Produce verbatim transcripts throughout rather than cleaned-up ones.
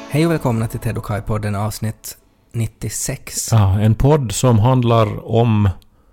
Hej och välkomna till Ted och Kai-podden avsnitt nittiosex. Ja, en podd som handlar om...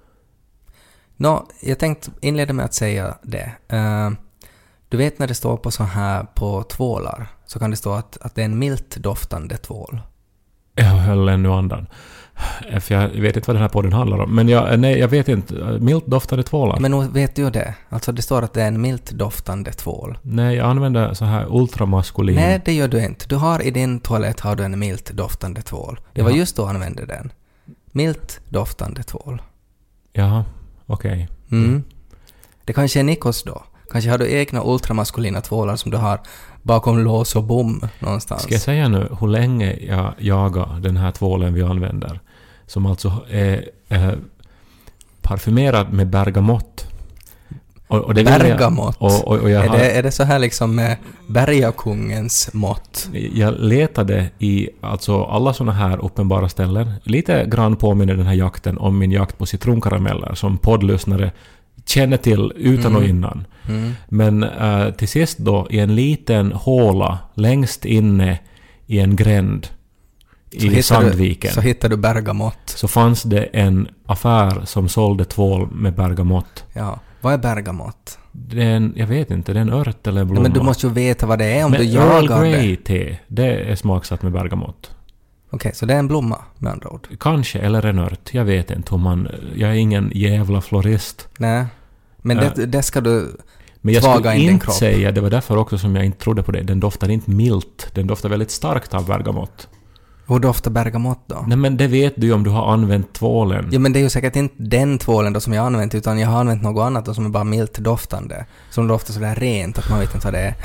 Nå, jag tänkte inleda med att säga det. Uh, du vet när det står på så här på tvålar så kan det stå att, att det är en milt doftande tvål. Jag höll ännu andan. För jag vet inte vad den här podden handlar om. Men jag, nej, jag vet inte. Milt doftande tvålar. Men nu vet du ju det. Alltså det står att det är en milt doftande tvål. Nej, jag använder så här ultramaskulin. Nej, det gör du inte. Du har i din toalett har du en milt doftande tvål. Det var Jaha. just då du använde den. Milt doftande tvål. Jaha, okej. Okay. Mm. Det kanske är Nikos då. Kanske har du egna ultramaskulina tvålar som du har bakom lås och bom någonstans. Ska jag säga nu hur länge jag jagar den här tvålen vi använder? Som alltså är, är parfymerad med bergamott. Och, och det bergamott? Jag, och, och, och jag är, har, det, är det så här liksom med bergakungens mått? Jag letade i alltså alla såna här uppenbara ställen. Lite grann påminner den här jakten om min jakt på citronkarameller som poddlyssnare känner till utan mm. och innan. Mm. Men äh, till sist då i en liten håla längst inne i en gränd i Sandviken. Du, så hittade du bergamott. Så fanns det en affär som sålde tvål med bergamott. Ja, vad är bergamott? Det är en, jag vet inte, det är en ört eller en blomma. Ja, men du måste ju veta vad det är om men du jagar Earl Grey det. te, det är smaksatt med bergamott. Okej, okay, så det är en blomma med andra ord. Kanske, eller en ört. Jag vet inte om man... Jag är ingen jävla florist. Nej, men det, äh, det ska du men jag tvaga in din kropp. Men jag skulle inte säga, det var därför också som jag inte trodde på det. Den doftar inte milt. Den doftar väldigt starkt av bergamott. Hur doftar bergamott då? Nej, men det vet du ju om du har använt tvålen. Ja, men det är ju säkert inte den tvålen då som jag har använt, utan jag har använt något annat då som är bara milt doftande. Som doftar sådär rent att man vet inte vad det är.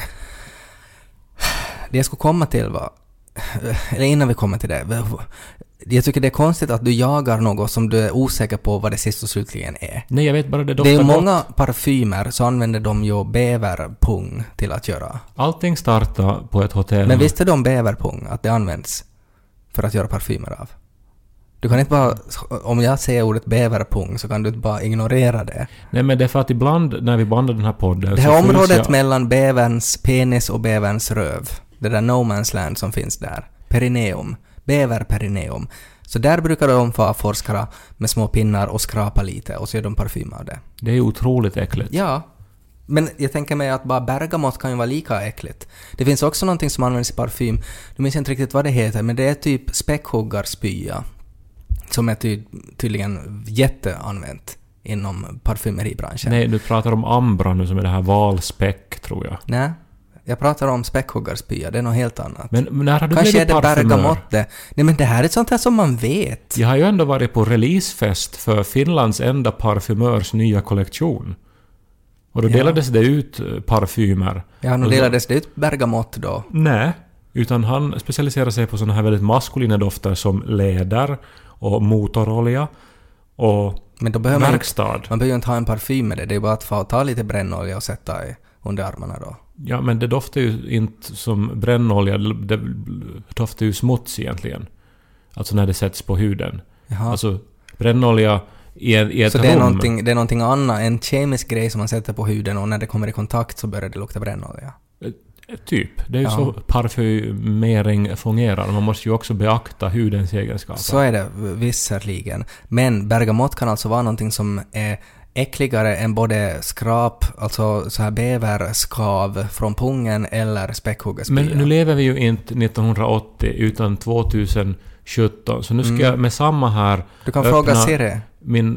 Det jag skulle komma till var... Eller innan vi kommer till det. Jag tycker det är konstigt att du jagar något som du är osäker på vad det sist och slutligen är. Nej, jag vet bara det doftar Det är ju gott. många parfymer så använder de ju bäverpung till att göra. Allting startar på ett hotell. Men visste du om bäverpung att det används för att göra parfymer av? Du kan inte bara, om jag säger ordet bäverpung så kan du inte bara ignorera det. Nej, men det är för att ibland när vi bandar den här podden... Det här så området jag... mellan bäverns penis och bäverns röv, det där no man's land som finns där, perineum, bäverperineum. Så där brukar de få forskare med små pinnar och skrapa lite och så gör de parfym av det. Det är otroligt äckligt. Ja, men jag tänker mig att bara bergamott kan ju vara lika äckligt. Det finns också någonting som används i parfym. Du minns inte riktigt vad det heter, men det är typ späckhuggarspya som är ty- tydligen jätteanvänt inom parfymeribranschen. Nej, du pratar om ambra nu som är det här valspäck, tror jag. Nej, jag pratar om späckhuggarspya, det är något helt annat. Men, men när har du kanske är blivit det parfymör? bergamott det. Nej, men det här är sånt här som man vet. Jag har ju ändå varit på releasefest för Finlands enda parfymörs nya kollektion. Och då Ja. delades det ut parfymer. Ja, nu Och delades det ut bergamott då. Nej, utan han specialiserar sig på såna här väldigt maskulina dofter som läder och motorolja och Men då behöver man, verkstad. man behöver ju inte ha en parfym med det. Det är bara att få ta lite brännolja och sätta i under armarna då. Ja, men det doftar ju inte som brännolja. Det doftar ju smuts egentligen. Alltså när det sätts på huden. Jaha. Alltså brännolja i, i ett så rum. det är, någonting, det är någonting annat, en kemisk grej som man sätter på huden och när det kommer i kontakt så börjar det lukta brännolja. Typ. Det är ju Ja. så parfymering fungerar. Man måste ju också beakta hudens egenskaper. Så är det visserligen. Men bergamott kan alltså vara någonting som är äckligare än både skrap, alltså så här bäverskav från pungen eller späckhuggarspya. Men nu lever vi ju inte nittonhundraåttio utan tjugohundrasjutton. Så nu ska mm. jag med samma här du kan öppna fråga Siri. Min...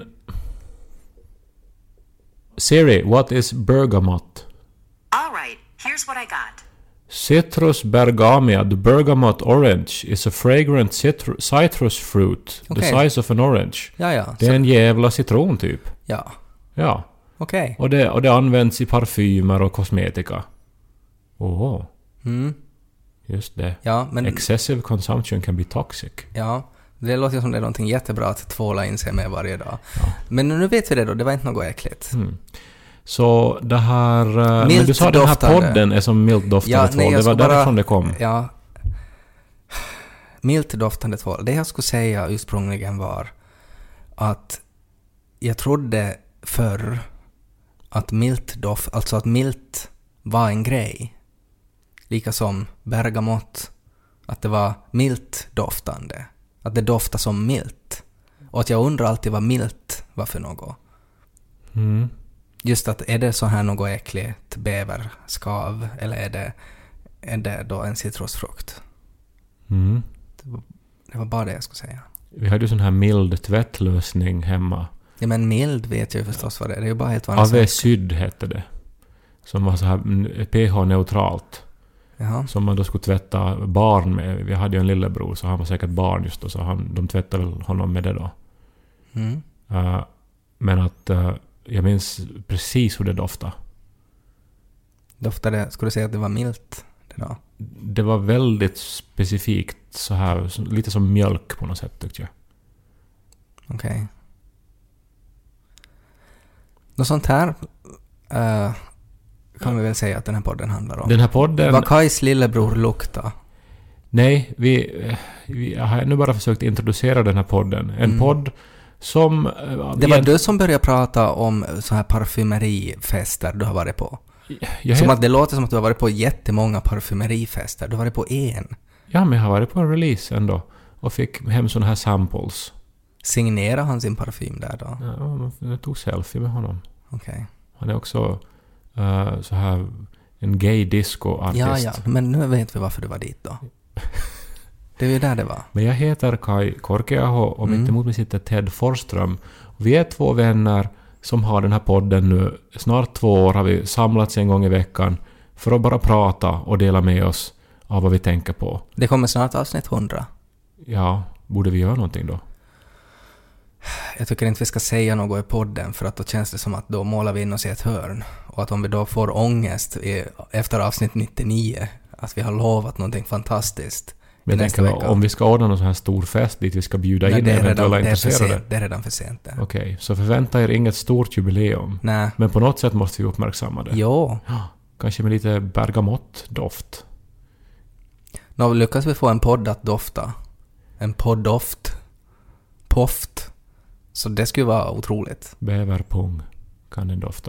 Siri, what is bergamot? All right, here's what I got. Citrus bergamia, the bergamot orange, is a fragrant citru- citrus fruit, Okay. the size of an orange. Ja, ja. Det är Så, en jävla citron typ. ja, Ja. okej. Okay. Och det, och det används i parfymer och kosmetika. Åh, Mm. just det. Ja, men Excessive consumption can be toxic. ja, det låter ju som det är någonting jättebra att tvåla in sig med varje dag. Ja. Men nu vet vi det då, det var inte något äckligt. Mm. Så det här... Milt men du sa att den här doftande. podden är som milt doftande Ja, tvål. nej, jag Det var ska bara- därifrån det kom. Ja. Milt doftande tvål. Det jag skulle säga ursprungligen var att jag trodde förr att milt doft, alltså att milt var en grej. Lika som bergamott Att det var milt doftande. Att det doftade som milt. Och att jag undrar alltid vad milt var för något. Mm. Just att är det så här något äckligt bäverskav eller är det, är det då en citrusfrukt? Mm. Det var, det var bara det jag skulle säga. Vi hade ju sån här mild tvättlösning hemma. Ja, men mild vet jag ju förstås vad det är. Det är ju bara helt vanligt. Ave Syd hette det. Som var så här pH-neutralt. Jaha. Som man då skulle tvätta barn med. Vi hade ju en lillebror så han var säkert barn just då. Så han, de tvättade väl honom med det då. Mm. Uh, men att uh, jag minns precis hur det doftade. Doftade, skulle du säga att det var milt det då? Det var väldigt specifikt så här. Så, lite som mjölk på något sätt tyckte jag. Okej. Okay. Något sånt här uh, kan vi väl säga att den här podden handlar om. Den här podden... Vad Kajs lillebror lukta? Nej, vi, vi har nu bara försökt introducera den här podden. En mm. podd som... Uh, det var du som började prata om så här parfymerifester du har varit på. Jag som helt... att det låter som att du har varit på jättemånga parfymerifester. Du har varit på en. Ja, men jag har varit på en release ändå. Och fick hem såna här samples. Signerade han sin parfym där då? Ja, jag tog selfie med honom. Okej. Okay. Han är också uh, så här en gay disco-artist. Ja, ja. Men nu vet vi varför du var dit då. Det är ju där det var. Men jag heter Kai Korkeaho och mitt emot mig sitter Ted Forsström. Vi är två vänner som har den här podden nu. Snart två år har vi samlats en gång i veckan för att bara prata och dela med oss av vad vi tänker på. Det kommer snart avsnitt hundra. Ja, borde vi göra någonting då? Jag tycker inte vi ska säga något i podden för att då känns det som att då målar vi in oss i ett hörn. Och att om vi då får ångest i, efter avsnitt nittionio att vi har lovat någonting fantastiskt. Men jag tänker, om vi ska ordna någon sån här stor fest dit vi ska bjuda Nej, in det är eventuella redan, intresserade. Det är, sent, det är redan för sent. Okej, okay, så förvänta er inget stort jubileum. Nej. Men på något sätt måste vi uppmärksamma det. Jo. Kanske med lite bergamottdoft. Nå, lyckas vi få en podd att dofta. En poddoft. Poft. Så det skulle vara otroligt. Bäverpung kan den dofta.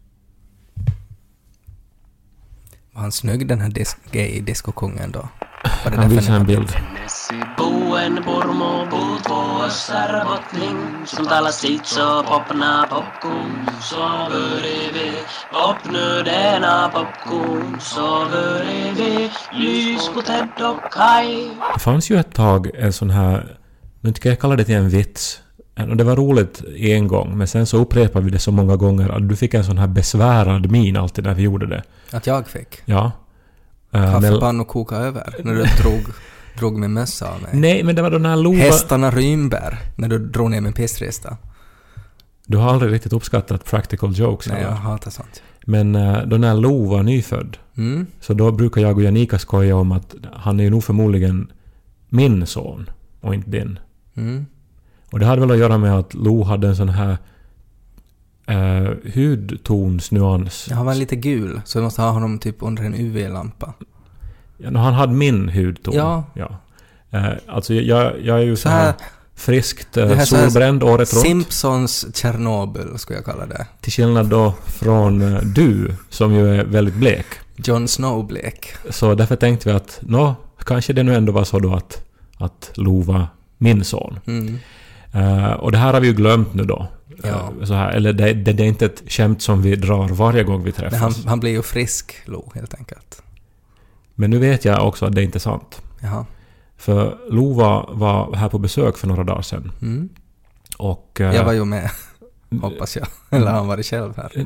Var han snygg den här dis- gay-disco-kungen då? Var det han visar en bild. Buen Pormo puutvuos sarvotling, som talar sitt så popna popcorn, så börjar vi popnödena popcorn, så börjar vi lys på Ted och Kai. Det fanns ju ett tag en sån här, nu tycker jag kallar det till en vits. Och det var roligt en gång, men sen så upprepade vi det så många gånger att du fick en sån här besvärad min alltid när vi gjorde det. Att jag fick? Ja. Kaffepann och koka över när du drog, drog min mössa av mig. Nej, men det var den här lova... Hästarna rymber när du drog ner min pisstrista. Du har aldrig riktigt uppskattat practical jokes. Nej, eller? jag hatar sånt. Men uh, då när Lo var nyfödd, mm. så då brukar jag och Janika skoja om att han är ju nog förmodligen min son och inte din. Mm. Och det hade väl att göra med att Lo hade en sån här uh, hudtonsnuans. Ja, han var lite gul, så vi måste ha honom typ under en U V-lampa. Ja, han hade min hudton. Ja. ja. Uh, alltså jag, jag är ju så, så här, här friskt uh, här solbränd året runt. Simpsons Tjernobyl skulle jag kalla det. Till skillnad då från uh, du, som ju är väldigt blek. Jon Snow blek. Så därför tänkte vi att nå, kanske det nu ändå var så då att, att Lo var min son. Mm. Uh, och det här har vi ju glömt nu då. Ja. Uh, så här, eller det, det, det är inte ett skämt som vi drar varje gång vi träffas. Han, han blir ju frisk, Lo, helt enkelt. Men nu vet jag också att det är inte sant. Jaha. För Lo var, var här på besök för några dagar sedan. Mm. Och, uh, jag var ju med, hoppas jag. Eller han var det själv här.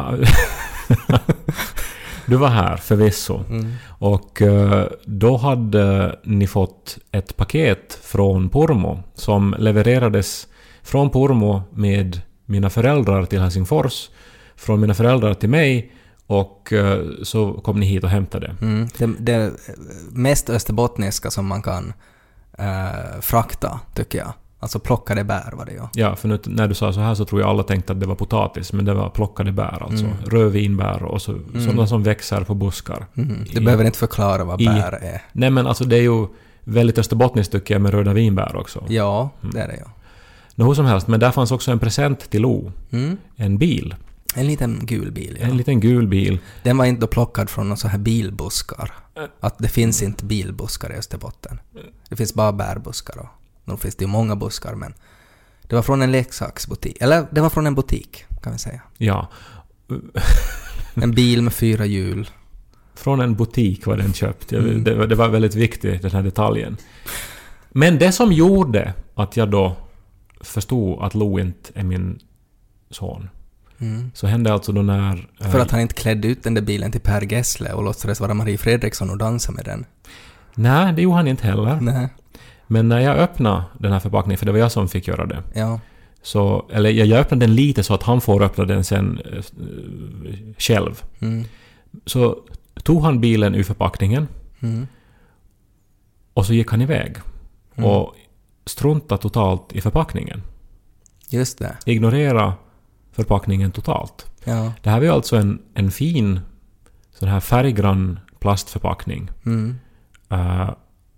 Du var här förvisso. Mm. Och uh, då hade ni fått ett paket från Pormo som levererades från Pormo med mina föräldrar till Helsingfors, från mina föräldrar till mig, och uh, så kom ni hit och hämtade. Mm. Det, det mest österbottniska som man kan uh, frakta, tycker jag. Alltså plockade bär var det ju. Ja, för nu, när du sa så här så tror jag alla tänkte att det var potatis, men det var plockade bär alltså. Mm. Rödvinbär och så, mm. sådana som växer på buskar. Mm. Du I, behöver inte förklara vad i, bär är. Nej, men alltså det är ju väldigt österbottniskt tycker jag med röda vinbär också. Ja, mm. det är det ju. Nå, hur som helst, men där fanns också en present till Lo. Mm. En bil. En liten gul bil, ja. En liten gul bil. Den var inte då plockad från någon så här bilbuskar. Att det finns inte bilbuskar i Österbotten. Det finns bara bärbuskar och då finns det ju många buskar, men det var från en leksaksbutik. Eller det var från en butik, kan vi säga. Ja. En bil med fyra hjul. Från en butik var den köpt. Mm. Det, det var väldigt viktigt, den här detaljen. Men det som gjorde att jag då förstod att Lo inte är min son, Mm. så hände alltså då när... För att han inte klädde ut den där bilen till Per Gessle och låtsades vara Marie Fredriksson och dansa med den. Nej, det gjorde han inte heller. Nej. Men när jag öppnade den här förpackningen, för det var jag som fick göra det. Ja. Så, eller jag öppnade den lite så att han får öppna den sen äh, själv. Mm. Så tog han bilen ur förpackningen Mm. och så gick han iväg. Mm. Och struntade totalt i förpackningen. Just det. Ignorera förpackningen totalt. Ja. Det här var ju alltså en, en fin sån här färggrann plastförpackning. Mm. Uh,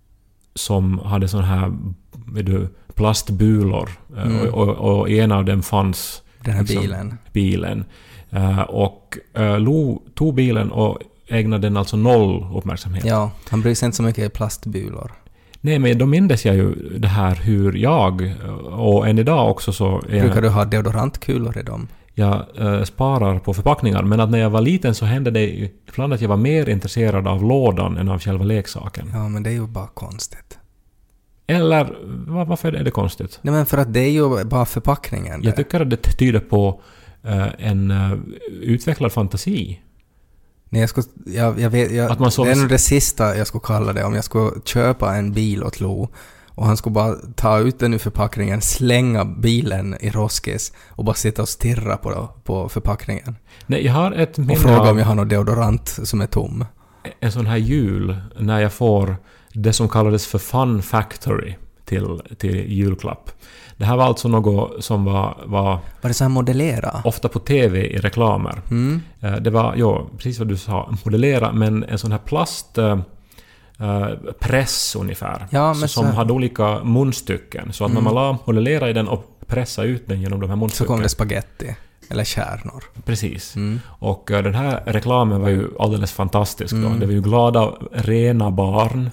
som hade sån här vet du, plastbulor. Uh, Mm. och, och, och en av dem fanns Den här liksom, bilen. bilen. Uh, och uh, Lo tog bilen och ägnade den alltså noll uppmärksamhet. Ja, han bryr sig inte så mycket i plastbulor. Nej, men då mindes jag ju det här hur jag, och än idag också så... Är Brukar du ha deodorantkulor i dem? Jag äh, sparar på förpackningar, men att när jag var liten så hände det ibland att jag var mer intresserad av lådan än av själva leksaken. Ja, men det är ju bara konstigt. Eller, var, varför är det konstigt? Nej, men för att det är ju bara förpackningen. Jag där. tycker att det tyder på äh, en äh, utvecklad fantasi. Nej, jag skulle, jag, jag vet, jag, Att man så- det är nog det sista jag skulle kalla det. Om jag skulle köpa en bil åt Lo och han skulle bara ta ut den ur förpackningen, slänga bilen i roskis och bara sitta och stirra på, på förpackningen. Nej, jag har ett Och minne fråga av om jag har någon deodorant som är tom. en sån här jul när jag får det som kallades för Fun Factory till, till julklapp. Det här var alltså något som var, var Var det så här modellera? ofta på T V i reklamer. Mm. Eh, Det var, ja, precis vad du sa, modellera, men en sån här plast eh, eh, press ungefär. Ja, så, men som så- hade olika munstycken. Så att när man la modellera i den och pressa ut den genom de här Så munstycken. kom det spaghetti. Eller kärnor. Precis. Mm. Och eh, den här reklamen var ju alldeles fantastisk då. Mm. Det var ju glada, rena barn.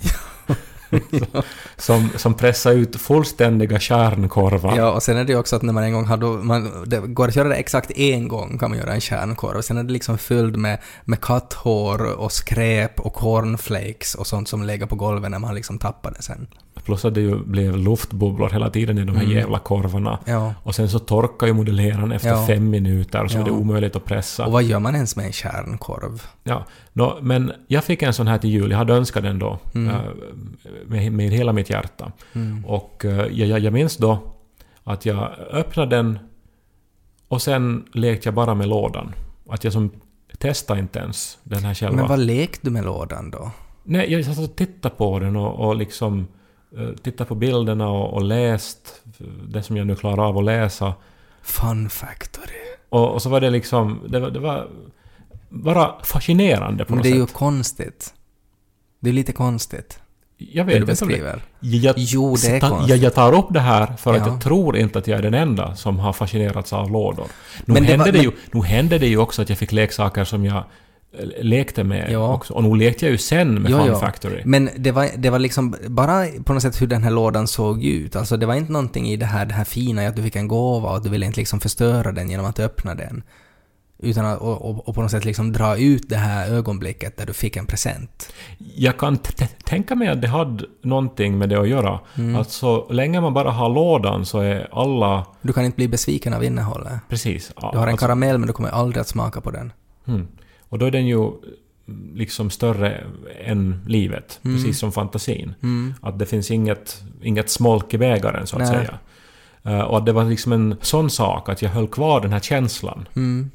som, som pressade ut fullständiga kärnkorvar. Ja, och sen är det ju också att när man en gång har då, man, det går att göra det exakt en gång kan man göra en kärnkorv. Sen är det liksom fylld med, med katthår och skräp och cornflakes och sånt som lägger på golvet när man liksom tappar det sen. Plus att det ju blev luftbubblor hela tiden i de här Mm. jävla korvarna. Ja. Och sen så torkar ju modelleraren efter Ja. fem minuter så Ja. är det omöjligt att pressa. Och vad gör man ens med en kärnkorv? Ja, nå, men jag fick en sån här till jul. Jag hade önskat den då Mm. äh, med, med hela mitt hjärta. Mm. Och äh, jag, jag minns då att jag öppnade den och sen lekte jag bara med lådan. Att jag som testade inte ens den här själva. Men vad lekte du med lådan då? Nej, jag satt och tittade på den och, och liksom äh, tittade på bilderna och, och läst det som jag nu klarar av att läsa. Fun Factory. Och, och så var det liksom, det var, det var bara fascinerande på Men något det är ju sätt. konstigt. Det är lite konstigt. Jag Det vet du inte om det. beskriver. Jag, Jo, det är ta- konstigt. jag, jag tar upp det här för att Ja. jag tror inte att jag är den enda som har fascinerats av lådor. Nu, Men det hände, var- det men- ju, nu hände det ju också att jag fick leksaker som jag eh, lekte med Ja. också. Och nu lekte jag ju sen med Jo, Fun jo. Factory. Men det var, det var liksom bara på något sätt hur den här lådan såg ut. Alltså det var inte någonting i det här, det här fina i att du fick en gåva och du ville inte liksom förstöra den genom att öppna den. Utan att och, och, och på något sätt liksom dra ut det här ögonblicket där du fick en present. Jag kan t- t- tänka mig att det hade någonting med det att göra. Mm. Att så länge man bara har lådan så är alla... Du kan inte bli besviken av innehållet. Precis. Du har en alltså- karamell men du kommer aldrig att smaka på den. Mm. Och då är den ju liksom större än livet, Mm. precis som fantasin. Mm. Att det finns inget, inget smolk i bägaren, så att Nej. säga. Uh, och att det var liksom en sån sak att jag höll kvar den här känslan. Mm.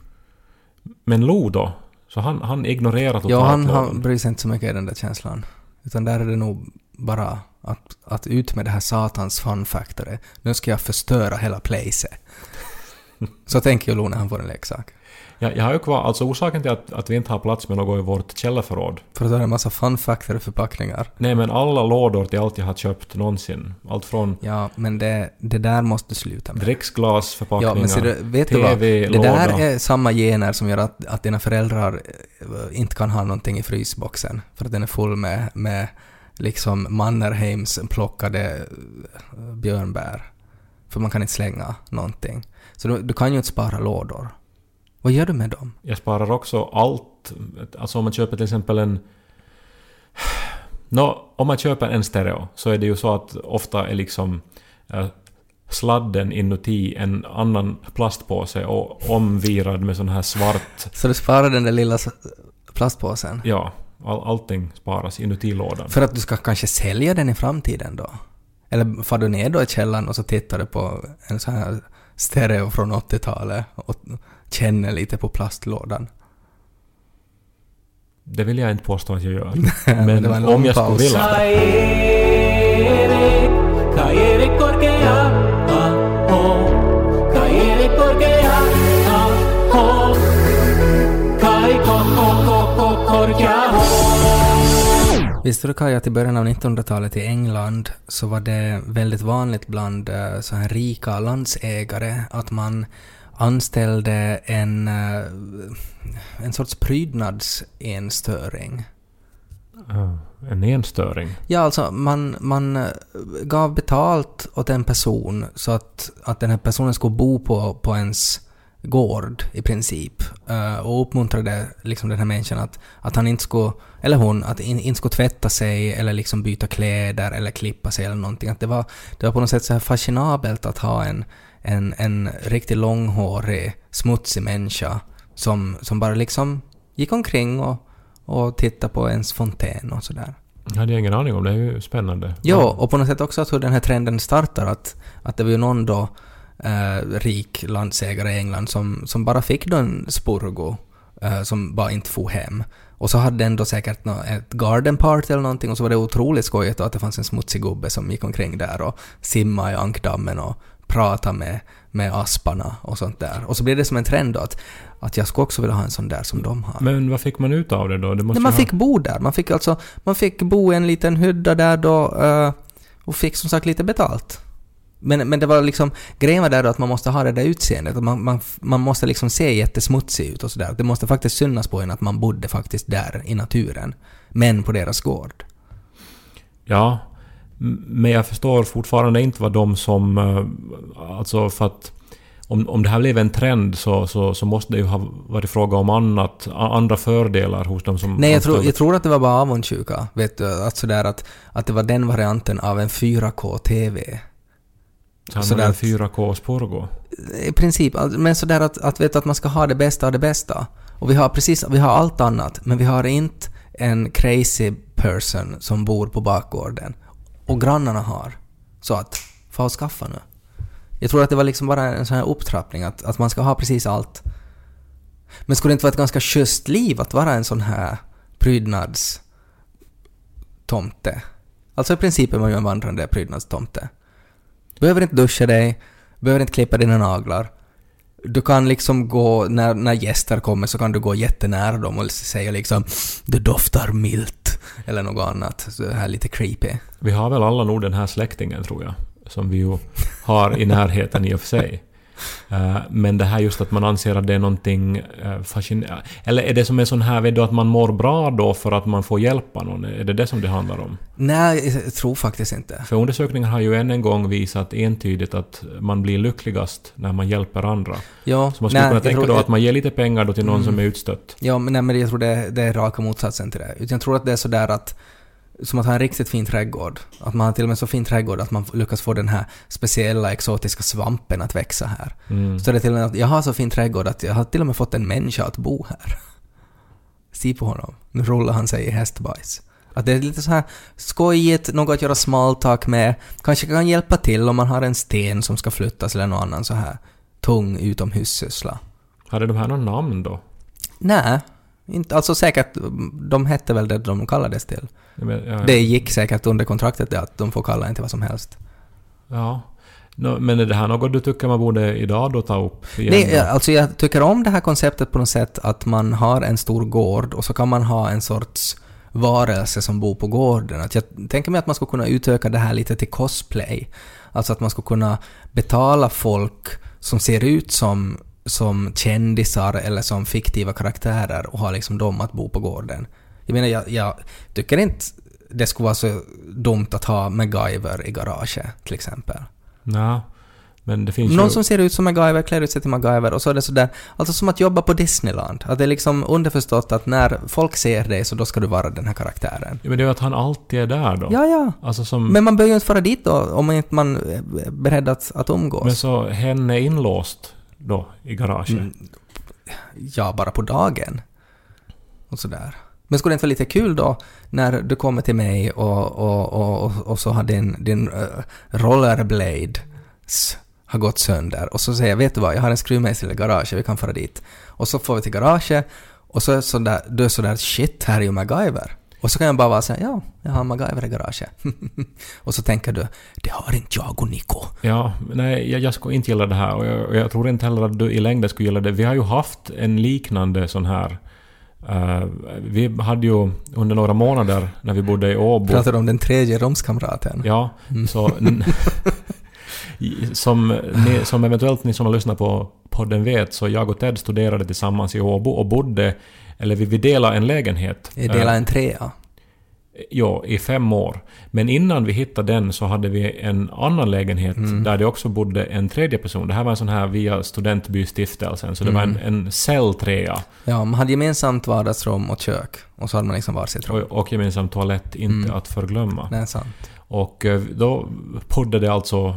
Men Lo då, så han, han ignorerar totalt Ja, han, lådan. han bryr sig inte så mycket i den där känslan. Utan där är det nog bara att, att ut med det här satans Fun Factory. Nu ska jag förstöra hela placet. Så tänker ju Lo när han får en leksak. Jag, jag har ju kvar, alltså orsaken till att, att vi inte har plats med något i vårt källarförråd. För att det är en massa funfaktor och förpackningar. Nej, men alla lådor till allt jag har köpt någonsin. Allt från Ja, men det, det där måste du sluta med. dricksglasförpackningar, Ja, men ser du, vet T V, du vad? Det låda. där är samma gener som gör att, att dina föräldrar eh, inte kan ha någonting i frysboxen. För att den är full med, med liksom Mannerheims plockade eh, björnbär. För man kan inte slänga någonting. Så du, du kan ju inte spara lådor. Vad gör du med dem? Jag sparar också allt. Alltså om man köper till exempel en... Nå, om man köper en stereo så är det ju så att ofta är liksom äh, sladden inuti en annan plastpåse och omvirad med sån här svart... Så du sparar den där lilla plastpåsen? Ja, all, allting sparas inuti lådan. För att du ska kanske sälja den i framtiden då? Eller far du ner då i källaren och så tittar du på en sån här stereo från åttiotalet och känner lite på plastlådan? Det vill jag inte påstå att jag gör. Men, Men det var en om lång jag skulle paus. vilja... Visste du, Kaj, att i början av nittonhundratalet i England så var det väldigt vanligt bland uh, så här rika landsägare att man anställde en, uh, en sorts prydnadsenstöring. Uh, en enstöring? Ja, alltså man, man uh, gav betalt åt en person så att, att den här personen skulle bo på, på ens gård i princip uh, och uppmuntrade liksom den här människan att, att han inte skulle, eller hon, att in, inte skulle tvätta sig eller liksom byta kläder eller klippa sig eller någonting. Att det var, det var på något sätt så här fascinabelt att ha en, en, en riktigt långhårig, smutsig människa som, som bara liksom gick omkring och, och tittade på ens fontän och sådär. Jag hade ingen aning om det, är ju spännande. Ja, och på något sätt också att hur den här trenden startar, att, att det var ju någon då Uh, rik landsägare i England som, som bara fick då en spurgo uh, som bara inte får hem. Och så hade den då säkert nå, ett garden party eller någonting och så var det otroligt skojigt att det fanns en smutsig gubbe som gick omkring där och simmade i ankdammen och pratade med, med asparna och sånt där. Och så blev det som en trend då att, att jag skulle också vilja ha en sån där som de har. Men vad fick man ut av det då? Det måste Nej, man ha... fick bo där. Man fick alltså man fick bo i en liten hydda där då uh, och fick som sagt lite betalt. Men, men det var liksom, grejen var där då att man måste ha det där utseendet. Och man, man, man måste liksom se jättesmutsig ut och sådär. Det måste faktiskt synas på en att man bodde faktiskt där i naturen. Men på deras gård. Ja, men jag förstår fortfarande inte vad de som... Alltså för att om, om det här blev en trend så, så, så måste det ju ha varit fråga om annat, andra fördelar hos dem som... Nej, jag tror, jag tror att det var bara avundsjuka. Vet du, att, sådär att, att det var den varianten av en fyra K-T V. Så han har en fyra K-spurgo. I princip, men sådär att, att, vet, att man ska ha det bästa av det bästa. Och vi har precis, vi har allt annat, men vi har inte en crazy person som bor på bakgården. Och grannarna har. Så att, få och skaffa nu. Jag tror att det var liksom bara en sån här upptrappning, att, att man ska ha precis allt. Men skulle det inte vara ett ganska schysst liv att vara en sån här prydnadstomte? Alltså i princip är man ju en vandrande prydnadstomte. Behöver inte duscha dig, behöver inte klippa dina naglar. Du kan liksom gå, när, när gäster kommer så kan du gå jättenära dem och säga liksom det doftar milt eller något annat. Så det här är lite creepy. Vi har väl alla nog den här släktingen, tror jag, som vi ju har i närheten i och för sig. Uh, men det här just att man anser att det är någonting uh, fascinerande. Eller är det som en sån här vet du, att man mår bra då för att man får hjälpa någon? Är det det som det handlar om? Nej, jag tror faktiskt inte. För undersökningar har ju än en gång visat entydigt att man blir lyckligast när man hjälper andra. Ja, så man skulle nej, kunna tänka tror, då jag, att man ger lite pengar då till någon mm, som är utstött. Ja, men, nej, men jag tror det, det är raka motsatsen till det. Jag tror att det är sådär att som att ha en riktigt fin trädgård. Att man har till och med så fin trädgård att man lyckas få den här speciella exotiska svampen att växa här. Mm. Så det är till och med att jag har så fin trädgård att jag har till och med fått en människa att bo här. Se på honom. Nu rullar han sig i hästbajs. Att det är lite så här skojigt, något att göra small talk med. Kanske kan hjälpa till om man har en sten som ska flyttas eller någon annan så här tung utomhussyssla. Hade de här någon namn då? Nej. Inte, alltså säkert, de hette väl det de kallades till. Ja, men, ja, ja. Det gick säkert under kontraktet att de får kalla en till vad som helst. Ja. No, men är det här något du tycker man borde idag då ta upp igen? Nej, alltså jag tycker om det här konceptet på något sätt att man har en stor gård och så kan man ha en sorts varelse som bor på gården. Att jag tänker mig att man ska kunna utöka det här lite till cosplay. Alltså att man ska kunna betala folk som ser ut som, som kändisar eller som fiktiva karaktärer och ha liksom dem att bo på gården. Jag menar, jag, jag tycker inte det skulle vara så dumt att ha MacGyver i garaget till exempel. Nej, men det finns någon ju... som ser ut som MacGyver klär ut sig till MacGyver och så är det sådär, alltså som att jobba på Disneyland. Att det är liksom underförstått att när folk ser dig så då ska du vara den här karaktären. Ja, men det är ju att han alltid är där då. Ja, ja. Alltså som... Men man behöver ju inte fara dit då om inte man är beredd att, att umgås. Men så hen är inlåst då i garaget? Mm. Ja, bara på dagen. Och sådär. Men skulle det inte vara lite kul då när du kommer till mig och, och, och, och så har din, din uh, rollerblade har gått sönder och så säger jag, vet du vad, jag har en skruvmejsel i garaget, vi kan fara dit. Och så får vi till garaget och så är så där, du är sådär, shit, här är ju MacGyver. Och så kan jag bara vara säga, ja, jag har MacGyver i garaget. Och så tänker du, det har inte jag och Nico. Ja, nej, jag, jag skulle inte gilla det här och jag, och jag tror inte heller att du i längden skulle gilla det. Vi har ju haft en liknande sån här. Uh, vi hade ju under några månader när vi bodde i Åbo. Pratade om den tredje romskamraten. Ja, mm. så som, ni, som eventuellt ni som har lyssnat på podden vet, så jag och Ted studerade tillsammans i Åbo och bodde, eller vi, vi delade en lägenhet. Vi delade en trea. Ja, i fem år. Men innan vi hittade den så hade vi en annan lägenhet mm. där det också bodde en tredje person. Det här var en sån här via studentbystiftelsen, så det mm. var en, en celltrea. Ja, man hade gemensamt vardagsrum och kök och så hade man liksom varsitt rum. Och, och gemensam toalett, inte mm. att förglömma. Det är sant. Och då bodde det alltså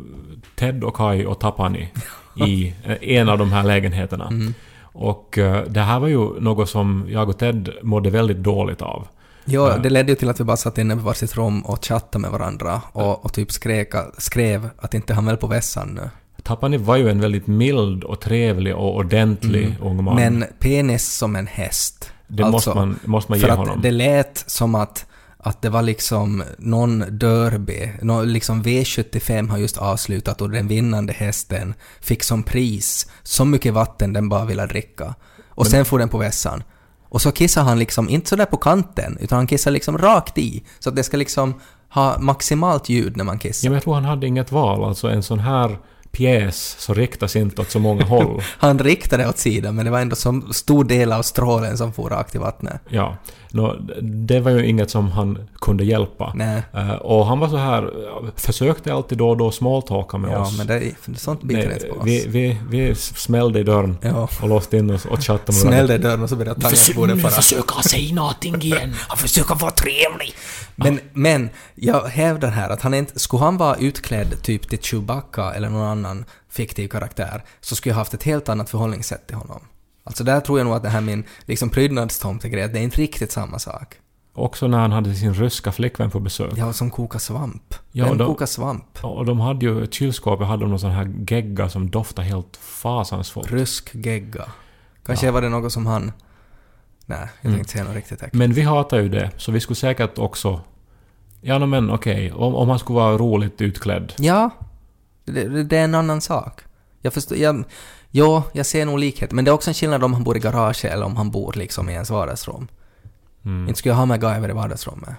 Ted och Kai och Tapani i en av de här lägenheterna. Mm. Och det här var ju något som jag och Ted mådde väldigt dåligt av. Ja, det ledde ju till att vi bara satt inne på varsitt rum och chattade med varandra och, och typ skreka, skrev att inte han väl på vässan nu. Tapani var ju en väldigt mild och trevlig och ordentlig mm. ung man. Men penis som en häst. Det alltså, måste man, måste man ge för att honom. Det lät som att, att det var liksom någon derby. Någon, liksom V sjuttiofem har just avslutat och den vinnande hästen fick som pris så mycket vatten den bara ville dricka. Och Men, sen får den på vässan. Och så kissar han liksom inte så där på kanten, utan han kissar liksom rakt i. Så att det ska liksom ha maximalt ljud när man kissar. Ja, men jag tror han hade inget val. Alltså en sån här pjäs så riktas inte åt så många håll. Han riktade åt sidan, men det var ändå så stor del av strålen som får rakt i vattnet. Ja, no, det var ju inget som han kunde hjälpa. Nej. Uh, och han var så här, försökte alltid då och då smalltalka med ja, oss. Ja, men det, det sånt biter inte på oss. Vi, vi, vi smällde i dörren ja. och låste in oss och chattade med smällde i dörren och så började tangentbordet fara. Försöka säga någonting igen. Han försöker vara trevlig. Men, men jag hävdar här att han inte, skulle han vara utklädd typ till Chewbacca eller någon annan fiktiv karaktär, så skulle jag haft ett helt annat förhållningssätt till honom. Alltså där tror jag nog att det här min liksom prydnadstomtegrej, det är inte riktigt samma sak. Också när han hade sin ryska flickvän på besök. Ja, som kokar svamp. Ja, Den de, kokar svamp. Och de hade ju ett kylskåp, hade de någon sån här gegga som doftar helt fasansfullt. Rysk gegga. Kanske ja. var det något som han... Nej, jag tänkte mm. säga något riktigt äckligt. Men vi hatar ju det, så vi skulle säkert också... Ja, men okej. Okay. Om, om han skulle vara roligt utklädd. Ja, det, det är en annan sak. Jag förstår... Jag, ja, jag ser nog likhet. Men det är också en skillnad om han bor i garage eller om han bor liksom i ens vardagsrum. Mm. Inte skulle jag ha MacGyver i vardagsrummet.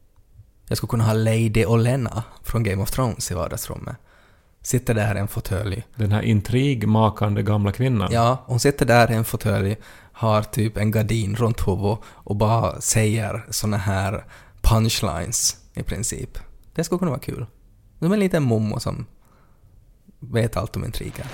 Jag skulle kunna ha Lady Olenna från Game of Thrones i vardagsrummet. Sitter där i en fåtölj. Den här intrigmakande gamla kvinnan. Ja, hon sitter där i en fåtölj, har typ en gardin runt huvudet och bara säger såna här punchlines i princip. Det skulle kunna vara kul. De är en liten mommo som vet allt om intriger.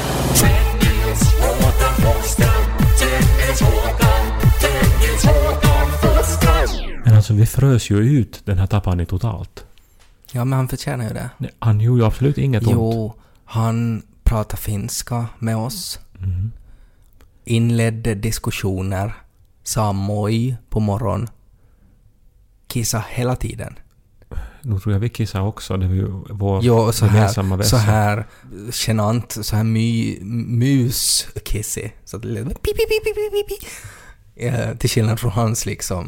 Men alltså vi frös ju ut den här Tapani totalt. Ja, men han förtjänar ju det. Nej, han gjorde ju absolut inget ont. Jo, han pratade finska med oss. Mm. Inledde diskussioner. Sa moj på morgon. Kissa hela tiden. Nu tror jag vi kissar också. Det var ju vår jo, så gemensamma här, så här genant, så här my, mus-kissig. Så att det lät pi, pi, pi, pi, pi, pi. Ja, till skillnad från hans liksom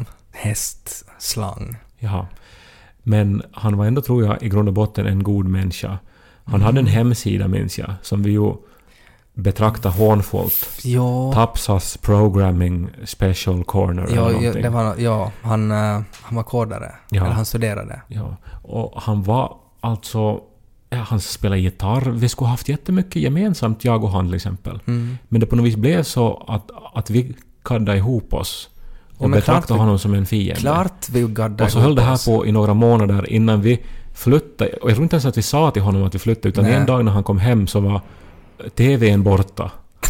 hästslang. Jaha. Men han var ändå, tror jag, i grund och botten en god människa. Han hade en hemsida, minns jag, som vi ju betraktar hånfullt. Jo. Tapsas Programming Special Corner eller Ja, någonting. det var, ja han, uh, han var kodare. Ja. Eller han studerade. Ja, och han var alltså... Ja, han spelade gitarr. Vi skulle ha haft jättemycket gemensamt, jag och han till exempel. Mm. Men det på något vis blev så att, att vi gaddade ihop oss och Ja, betraktade klart vi- honom som en fiende. Klart vi gaddade Och så höll det här oss. på i några månader innan vi flyttade. Och jag tror inte ens att vi sa till honom att vi flyttade, utan Nej. en dag när han kom hem så var tvn borta.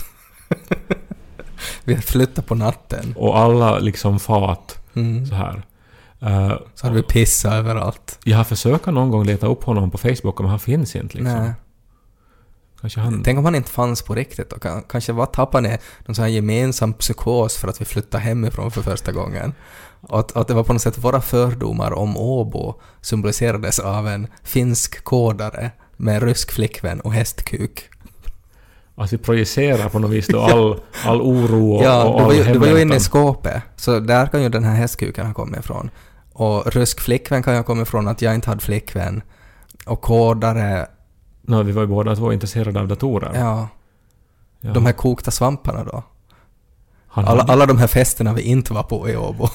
Vi flyttade på natten. Och alla liksom fat Mm. så här. Uh, Så hade vi pissat överallt. jag har försökt någon gång leta upp honom på Facebook, men han finns inte liksom. Nej. Kanske han... Tänk om han inte fanns på riktigt då. K- kanske var tappade ner någon sån här gemensam psykos för att vi flyttade hemifrån för första gången. Och att, att det var på något sätt våra fördomar om Åbo symboliserades av en finsk kodare med rysk flickvän och hästkuk. Att vi projicerar på något vis då all, all oro och, Ja, och du all var, ju, du var ju inne hemlängtan. i skåpet. Så där kan ju den här hästkuken ha kommit ifrån. Och rysk flickvän kan ju ha kommit ifrån att jag inte hade flickvän. Och kodare, No, vi var ju båda två intresserade av datorer. ja, Ja. de här kokta svamparna då. han Alla, hade, alla de här festerna vi inte var på i Åbo.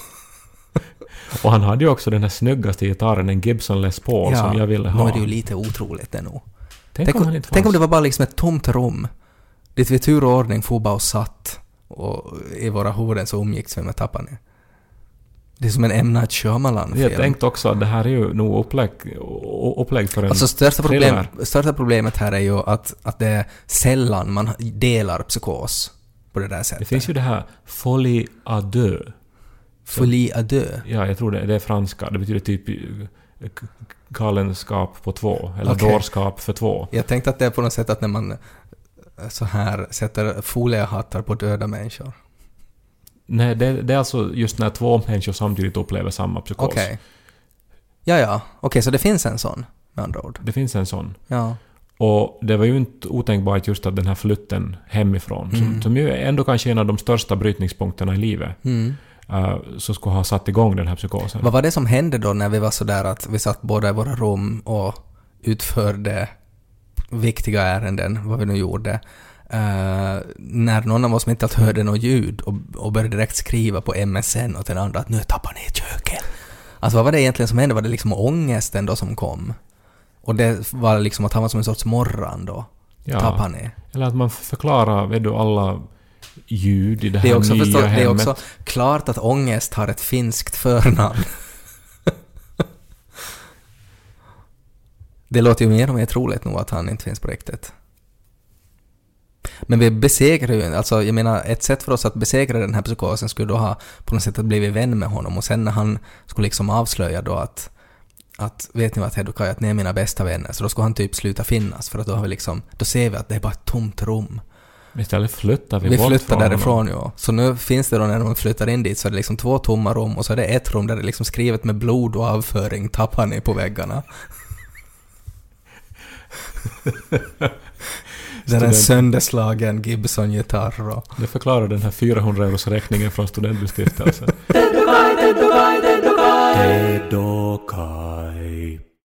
och han hade ju också den här snyggaste gitarren, en Gibson Les Paul, som jag ville ha. Nu är det ju lite otroligt det nog. Tänk, Tänk, om om, han inte tänk om fanns. det var bara liksom ett tomt rum. Dit vi tur och ordning for bara och satt. Och i våra huvuden så umgicks vi med Tapani. Det är som en M. Night Shyamalan-film. Jag tänkte också att det här är ju nog upplägg, upplägg för en Alltså största, problem, thriller. största problemet här är ju att, att det är sällan man delar psykos på det där Det sättet. finns ju det här folie à deux. Folie à deux. Ja, jag tror det, det är franska. Det betyder typ eh, k- galenskap på två. Eller Okej. dårskap för två. Jag tänkte att det är på något sätt att när man eh, så här sätter foliehattar på döda människor. Nej, det, det är alltså just när två människor samtidigt upplever samma psykos. Okej. Ja, ja. Okej, så det finns en sån med andra ord. Det finns en sån. Ja. Och det var ju inte otänkbart just att den här flytten hemifrån, Mm. som, som ju är ändå kanske en av de största brytningspunkterna i livet, Mm. uh, så skulle ha satt igång den här psykosen. Vad var det som hände då när vi var så där att vi satt båda i våra rum och utförde viktiga ärenden, vad vi nu gjorde, uh, när någon av oss inte alls hörde något ljud och, och började direkt skriva på M S N åt den andra att nu tappar ni i köket. Alltså vad var det egentligen som hände? Var det liksom ångesten då som kom? Och det var liksom att han var som en sorts morran då? Ja. Tappar ni? Eller att man förklarar, vet du, alla ljud i det här Det är, också nya förstås, det är hemmet. också klart att ångest har ett finskt förnamn. Det låter ju mer och mer troligt nog att han inte finns på riktigt. Men vi besegrar ju, alltså jag menar ett sätt för oss att besegra den här psykosen skulle då ha på något sätt att blivit vän med honom och sen när han skulle liksom avslöja då att att vet ni vad Hedukaj, att ni är mina bästa vänner, så då skulle han typ sluta finnas för att då har vi liksom, då ser vi att det är bara ett tomt rum. Istället flyttar vi, Vi bort flyttar från därifrån honom. ju. Så nu finns det då när de flyttar in dit så är det liksom två tomma rum och så är det ett rum där det är liksom skrivet med blod och avföring tappar ni på väggarna. Det är en Student- sönderslagen Gibson-gitarr och... Det förklarar den här fyrahundra euros räkningen från studentbestiftelsen.